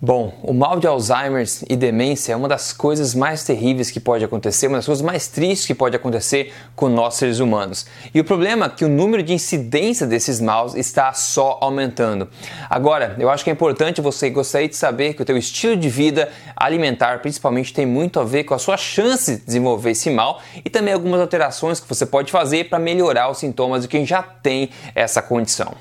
Bom, o mal de Alzheimer e demência é uma das coisas mais terríveis que pode acontecer, uma das coisas mais tristes que pode acontecer com nós seres humanos. E o problema é que o número de incidência desses maus está só aumentando. Agora, eu acho que é importante você gostaria de saber que o teu estilo de vida alimentar, principalmente, tem muito a ver com a sua chance de desenvolver esse mal e também algumas alterações que você pode fazer para melhorar os sintomas de quem já tem essa condição.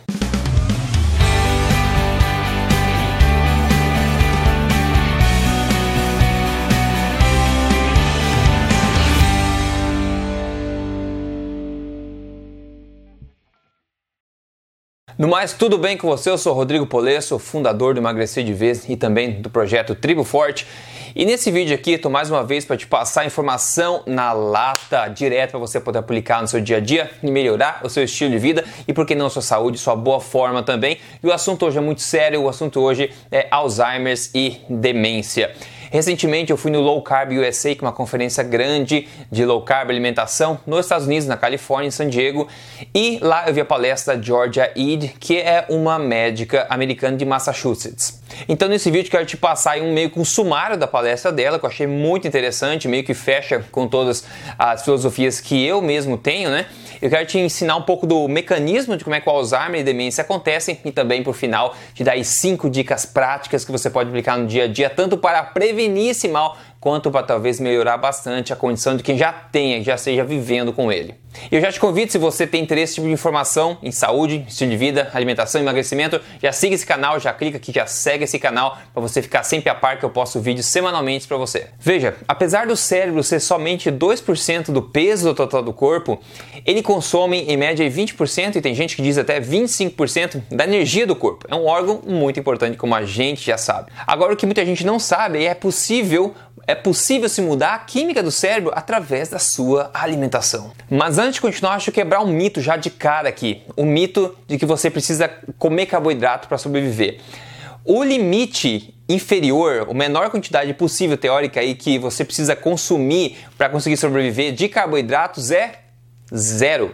No mais, tudo bem com você? Eu sou Rodrigo Polesso, fundador do Emagrecer de Vez e também do projeto Tribo Forte. E nesse vídeo aqui, estou mais uma vez para te passar informação na lata, direto para você poder aplicar no seu dia a dia e melhorar o seu estilo de vida e, por que não, a sua saúde, sua boa forma também. E o assunto hoje é muito sério, o assunto hoje é Alzheimer e demência. Recentemente eu fui no Low Carb USA, que é uma conferência grande de low carb alimentação nos Estados Unidos, na Califórnia, em San Diego, e lá eu vi a palestra da Georgia Ede, que é uma médica americana de Massachusetts. Então nesse vídeo eu quero te passar aí meio que um sumário da palestra dela, que eu achei muito interessante, meio que fecha com todas as filosofias que eu mesmo tenho, né? Eu quero te ensinar um pouco do mecanismo de como é que o Alzheimer e demência acontecem e também, por final, te dar aí 5 dicas práticas que você pode aplicar no dia a dia, tanto para prevenir esse mal, quanto para talvez melhorar bastante a condição de quem já tenha, que já esteja vivendo com ele. Eu já te convido, se você tem interesse nesse tipo de informação em saúde, estilo de vida, alimentação, emagrecimento, já siga esse canal, já clica aqui, já segue esse canal para você ficar sempre a par que eu posto vídeos semanalmente para você. Veja, apesar do cérebro ser somente 2% do peso do total do corpo, ele consome em média 20% e tem gente que diz até 25% da energia do corpo. É um órgão muito importante, como a gente já sabe. Agora, o que muita gente não sabe é possível se mudar a química do cérebro através da sua alimentação. Mas antes de continuar, deixa eu quebrar um mito já de cara aqui. O mito de que você precisa comer carboidrato para sobreviver. O limite inferior, a menor quantidade possível teórica aí que você precisa consumir para conseguir sobreviver de carboidratos é zero.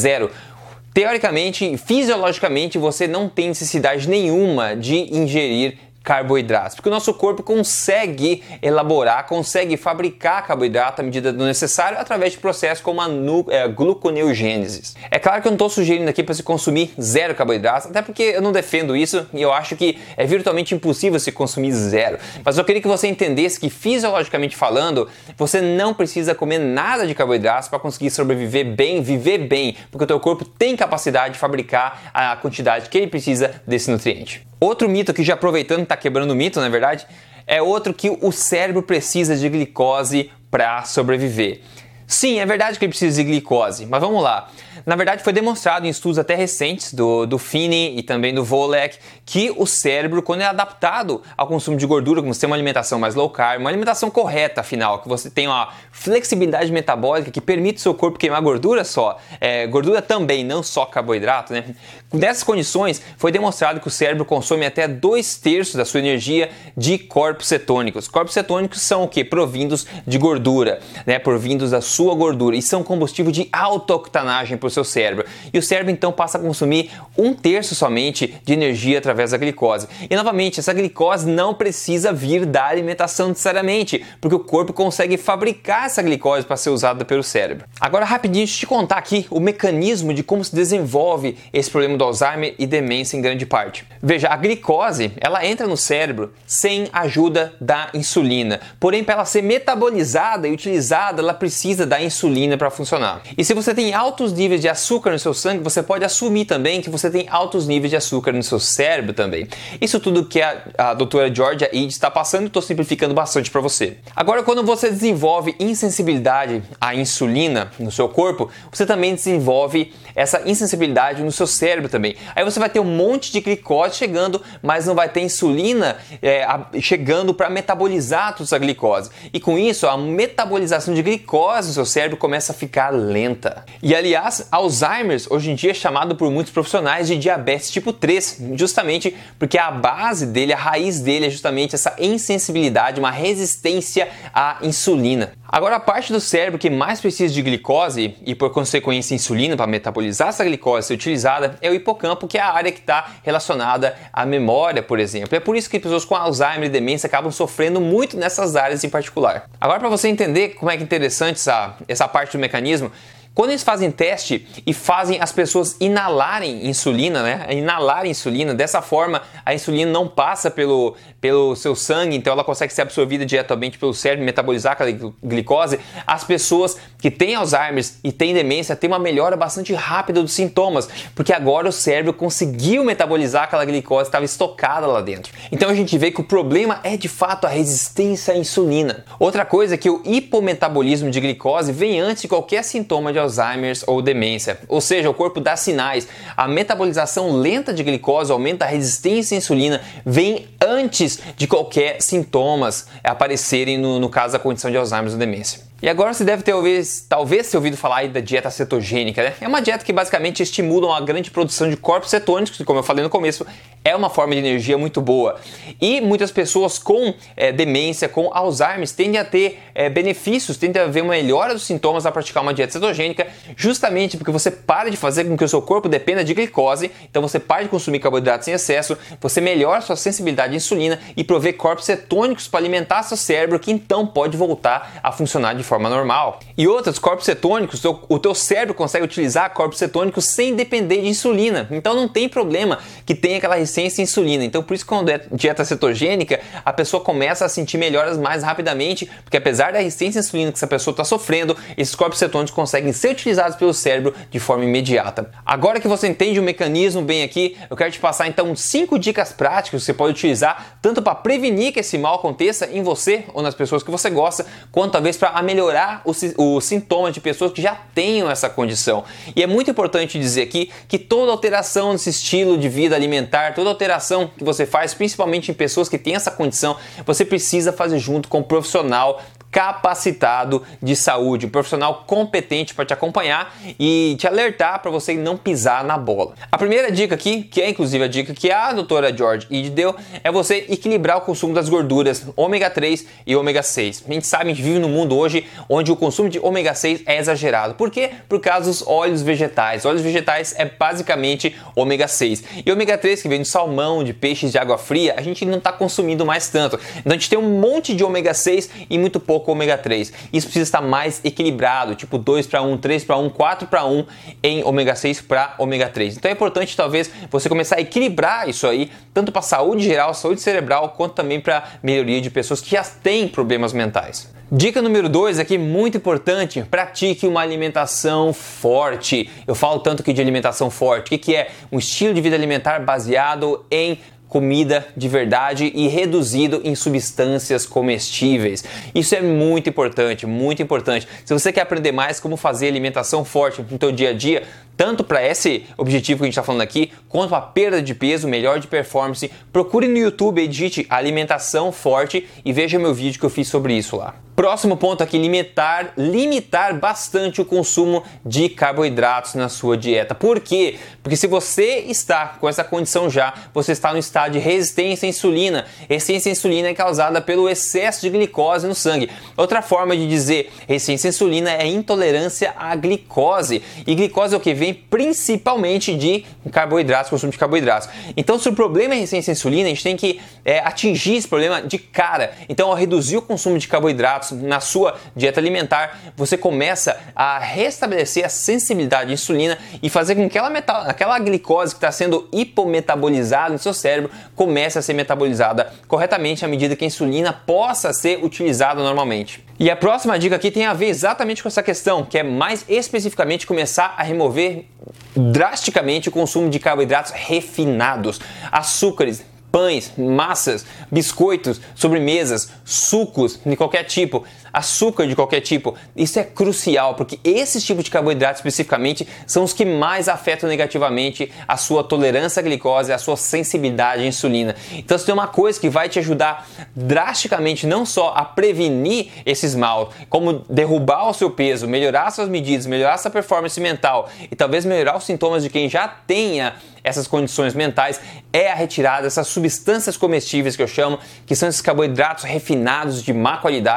Teoricamente, fisiologicamente, você não tem necessidade nenhuma de ingerir carboidratos, porque o nosso corpo consegue elaborar, consegue fabricar carboidrato à medida do necessário através de processos como a gluconeogênese. É claro que eu não estou sugerindo aqui para se consumir zero carboidratos, até porque eu não defendo isso e eu acho que é virtualmente impossível se consumir zero. Mas eu queria que você entendesse que, fisiologicamente falando, você não precisa comer nada de carboidratos para conseguir sobreviver bem, viver bem, porque o teu corpo tem capacidade de fabricar a quantidade que ele precisa desse nutriente. Outro mito que, já aproveitando, está quebrando o mito, na verdade, é outro que o cérebro precisa de glicose para sobreviver. Sim, é verdade que ele precisa de glicose, mas vamos lá. Na verdade, foi demonstrado em estudos até recentes do Finney e também do Volek que o cérebro, quando é adaptado ao consumo de gordura, como você tem uma alimentação mais low carb, uma alimentação correta, afinal, que você tem uma flexibilidade metabólica que permite o seu corpo queimar gordura só, gordura também, não só carboidrato, né? Nessas condições, foi demonstrado que o cérebro consome até 2/3 da sua energia de corpos cetônicos. Corpos cetônicos são o quê? Provindos de gordura, né? Provindos da sua gordura, e são combustível de alta octanagem para o seu cérebro. E o cérebro então passa a consumir 1/3 somente de energia através da glicose. E novamente, essa glicose não precisa vir da alimentação necessariamente, porque o corpo consegue fabricar essa glicose para ser usada pelo cérebro. Agora, rapidinho, deixa eu te contar aqui o mecanismo de como se desenvolve esse problema do Alzheimer e demência em grande parte. Veja, a glicose, ela entra no cérebro sem a ajuda da insulina. Porém, para ela ser metabolizada e utilizada, ela precisa da insulina para funcionar. E se você tem altos níveis de açúcar no seu sangue, você pode assumir também que você tem altos níveis de açúcar no seu cérebro também. Isso tudo que a doutora Georgia Ede está passando, eu estou simplificando bastante para você. Agora, quando você desenvolve insensibilidade à insulina no seu corpo, você também desenvolve essa insensibilidade no seu cérebro também. Aí você vai ter um monte de glicose chegando, mas não vai ter insulina chegando para metabolizar toda essa glicose. E com isso, a metabolização de glicose no seu cérebro começa a ficar lenta. E aliás, Alzheimer hoje em dia é chamado por muitos profissionais de diabetes tipo 3, justamente porque a base dele, a raiz dele é justamente essa insensibilidade, uma resistência à insulina. Agora, a parte do cérebro que mais precisa de glicose e, por consequência, insulina para metabolizar essa glicose ser utilizada é o hipocampo, que é a área que está relacionada à memória, por exemplo. É por isso que pessoas com Alzheimer e demência acabam sofrendo muito nessas áreas em particular. Agora, para você entender como é que é interessante essa parte do mecanismo, quando eles fazem teste e fazem as pessoas inalarem insulina, Inalarem insulina, dessa forma a insulina não passa pelo seu sangue, então ela consegue ser absorvida diretamente pelo cérebro e metabolizar aquela glicose. As pessoas que têm Alzheimer e têm demência têm uma melhora bastante rápida dos sintomas, porque agora o cérebro conseguiu metabolizar aquela glicose que estava estocada lá dentro. Então a gente vê que o problema é de fato a resistência à insulina. Outra coisa é que o hipometabolismo de glicose vem antes de qualquer sintoma de Alzheimer ou demência, ou seja, o corpo dá sinais. A metabolização lenta de glicose aumenta a resistência à insulina, vem antes de qualquer sintomas aparecerem no caso da condição de Alzheimer ou demência. E agora você deve ter talvez ter ouvido falar aí da dieta cetogênica, né? É uma dieta que basicamente estimula uma grande produção de corpos cetônicos, que, como eu falei no começo, é uma forma de energia muito boa. E muitas pessoas com demência, com Alzheimer, tendem a ter benefícios, tendem a ver uma melhora dos sintomas ao praticar uma dieta cetogênica, justamente porque você para de fazer com que o seu corpo dependa de glicose, então você para de consumir carboidratos em excesso, você melhora sua sensibilidade à insulina e provê corpos cetônicos para alimentar seu cérebro, que então pode voltar a funcionar de forma normal. E outros corpos cetônicos, o teu cérebro consegue utilizar corpos cetônicos sem depender de insulina, então não tem problema que tenha aquela resistência à insulina. Então por isso que quando é dieta cetogênica, a pessoa começa a sentir melhoras mais rapidamente, porque apesar da resistência à insulina que essa pessoa está sofrendo, esses corpos cetônicos conseguem ser utilizados pelo cérebro de forma imediata. Agora que você entende o mecanismo bem aqui, eu quero te passar então 5 dicas práticas que você pode utilizar tanto para prevenir que esse mal aconteça em você ou nas pessoas que você gosta, quanto talvez para melhorar os sintomas de pessoas que já tenham essa condição. E é muito importante dizer aqui que toda alteração nesse estilo de vida alimentar, toda alteração que você faz, principalmente em pessoas que têm essa condição, você precisa fazer junto com um profissional capacitado de saúde, um profissional competente para te acompanhar e te alertar para você não pisar na bola. A primeira dica aqui, que é inclusive a dica que a doutora George Ede deu, é você equilibrar o consumo das gorduras ômega 3 e ômega 6. A gente sabe, a gente vive num mundo hoje onde o consumo de ômega 6 é exagerado. Por quê? Por causa dos óleos vegetais. Óleos vegetais é basicamente ômega 6. E ômega 3, que vem do salmão, de peixes de água fria, a gente não está consumindo mais tanto. Então a gente tem um monte de ômega 6 e muito pouco ômega 3. Isso precisa estar mais equilibrado, tipo 2:1, 3:1, 4:1 em ômega 6 para ômega 3. Então é importante talvez você começar a equilibrar isso aí, tanto para a saúde geral, saúde cerebral, quanto também para melhoria de pessoas que já têm problemas mentais. Dica número 2 aqui, muito importante, pratique uma alimentação forte. Eu falo tanto aqui de alimentação forte. O que é? Um estilo de vida alimentar baseado em comida de verdade e reduzido em substâncias comestíveis. Isso é muito importante, muito importante. Se você quer aprender mais como fazer alimentação forte no seu dia a dia, tanto para esse objetivo que a gente está falando aqui, quanto para a perda de peso, melhor de performance, procure no YouTube e digite alimentação forte e veja meu vídeo que eu fiz sobre isso lá. Próximo ponto aqui, limitar bastante o consumo de carboidratos na sua dieta. Por quê? Porque se você está com essa condição já, você está no estado de resistência à insulina. Resistência à insulina é causada pelo excesso de glicose no sangue. Outra forma de dizer resistência à insulina é intolerância à glicose. E glicose é o que vem principalmente de carboidratos, consumo de carboidratos. Então, se o problema é resistência à insulina, a gente tem que atingir esse problema de cara. Então, ao reduzir o consumo de carboidratos na sua dieta alimentar, você começa a restabelecer a sensibilidade à insulina e fazer com que aquela glicose que está sendo hipometabolizada no seu cérebro comece a ser metabolizada corretamente à medida que a insulina possa ser utilizada normalmente. E a próxima dica aqui tem a ver exatamente com essa questão, que é mais especificamente começar a remover drasticamente o consumo de carboidratos refinados, açúcares, pães, massas, biscoitos, sobremesas, sucos de qualquer tipo, açúcar de qualquer tipo. Isso é crucial, porque esses tipos de carboidratos especificamente são os que mais afetam negativamente a sua tolerância à glicose, a sua sensibilidade à insulina. Então, se tem uma coisa que vai te ajudar drasticamente não só a prevenir esses males, como derrubar o seu peso, melhorar suas medidas, melhorar sua performance mental e talvez melhorar os sintomas de quem já tenha essas condições mentais, é a retirada dessas substâncias comestíveis que eu chamo, que são esses carboidratos refinados de má qualidade,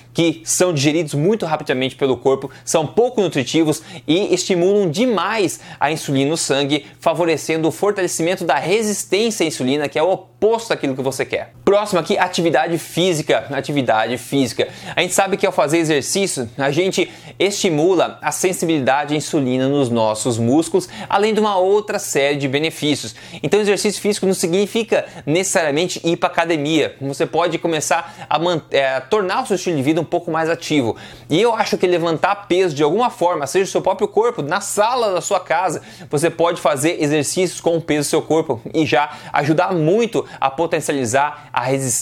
que são digeridos muito rapidamente pelo corpo, são pouco nutritivos e estimulam demais a insulina no sangue, favorecendo o fortalecimento da resistência à insulina, que é o oposto daquilo que você quer. Próximo aqui, atividade física. Atividade física. A gente sabe que ao fazer exercício, a gente estimula a sensibilidade à insulina nos nossos músculos, além de uma outra série de benefícios. Então, exercício físico não significa necessariamente ir para academia. Você pode começar a tornar o seu estilo de vida um pouco mais ativo. E eu acho que levantar peso de alguma forma, seja o seu próprio corpo, na sala da sua casa, você pode fazer exercícios com o peso do seu corpo e já ajudar muito a potencializar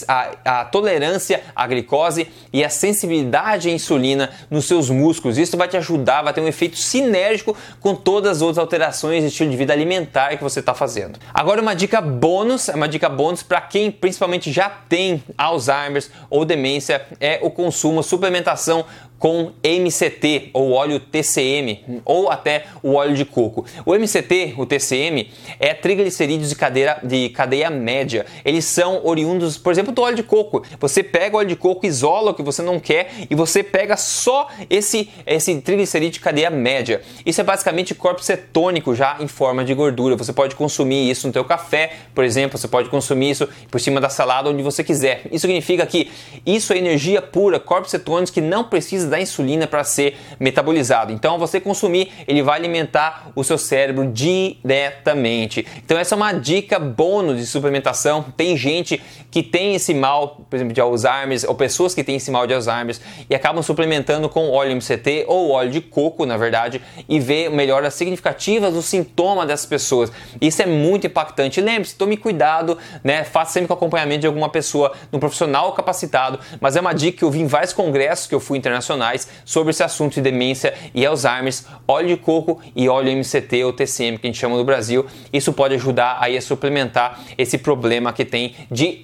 a tolerância à glicose e a sensibilidade à insulina nos seus músculos. Isso vai te ajudar, vai ter um efeito sinérgico com todas as outras alterações de estilo de vida alimentar que você está fazendo. Agora uma dica bônus para quem principalmente já tem Alzheimer ou demência, é o consumo, suplementação com MCT ou óleo TCM ou até o óleo de coco. O MCT, o TCM, é triglicerídeos de cadeia média. Eles são oriundos, por exemplo, do óleo de coco. Você pega o óleo de coco, isola o que você não quer e você pega só esse triglicerídeo de cadeia média. Isso é basicamente corpo cetônico já em forma de gordura. Você pode consumir isso no teu café, por exemplo, você pode consumir isso por cima da salada, onde você quiser. Isso significa que isso é energia pura, corpos cetônicos que não precisa da insulina para ser metabolizado. Então, ao você consumir, ele vai alimentar o seu cérebro diretamente. Então, essa é uma dica bônus de suplementação. Tem gente que tem esse mal, por exemplo, de Alzheimer, ou pessoas que têm esse mal de Alzheimer e acabam suplementando com óleo MCT ou óleo de coco, na verdade, e vê melhoras significativas dos sintomas dessas pessoas. Isso é muito impactante. Lembre-se, tome cuidado, né? Faça sempre com acompanhamento de alguma pessoa, de um profissional capacitado, mas é uma dica que eu vi em vários congressos que eu fui internacionais sobre esse assunto de demência e Alzheimer, óleo de coco e óleo MCT ou TCM, que a gente chama no Brasil. Isso pode ajudar aí a suplementar esse problema que tem de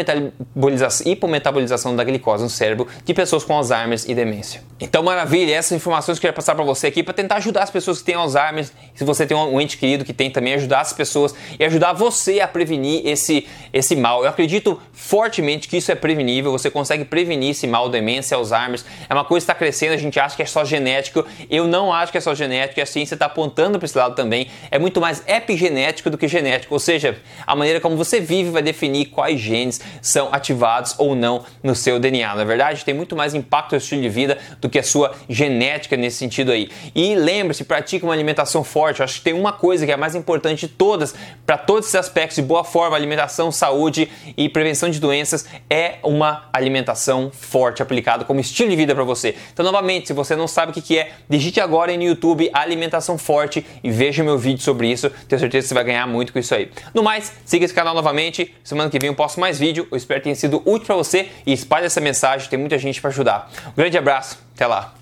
hipometabolização da glicose no cérebro de pessoas com Alzheimer e demência. Então, maravilha, essas informações que eu queria passar para você aqui para tentar ajudar as pessoas que têm Alzheimer. Se você tem um ente querido que tem também, ajudar as pessoas e ajudar você a prevenir esse mal. Eu acredito fortemente que isso é prevenível, você consegue prevenir esse mal, demência, Alzheimer. É uma coisa que está crescendo, a gente acha que é só genético. Eu não acho que é só genético e a ciência está apontando para esse lado também. É muito mais epigenético do que genético, ou seja, a maneira como você vive vai definir quais genes são ativados ou não no seu DNA. Na verdade, tem muito mais impacto no estilo de vida do que a sua genética nesse sentido aí. E lembre-se, pratique uma alimentação forte. Eu acho que tem uma coisa que é a mais importante de todas, para todos esses aspectos de boa forma, alimentação, saúde e prevenção de doenças, é uma alimentação forte aplicada como estilo de vida para você. Então, novamente, se você não sabe o que é, digite agora no YouTube alimentação forte e veja meu vídeo sobre isso. Tenho certeza que você vai ganhar muito com isso aí. No mais, siga esse canal novamente. Semana que vem eu posto mais vídeo. Eu espero que tenha sido útil para você e espalhe essa mensagem. Tem muita gente para ajudar. Um grande abraço. Até lá.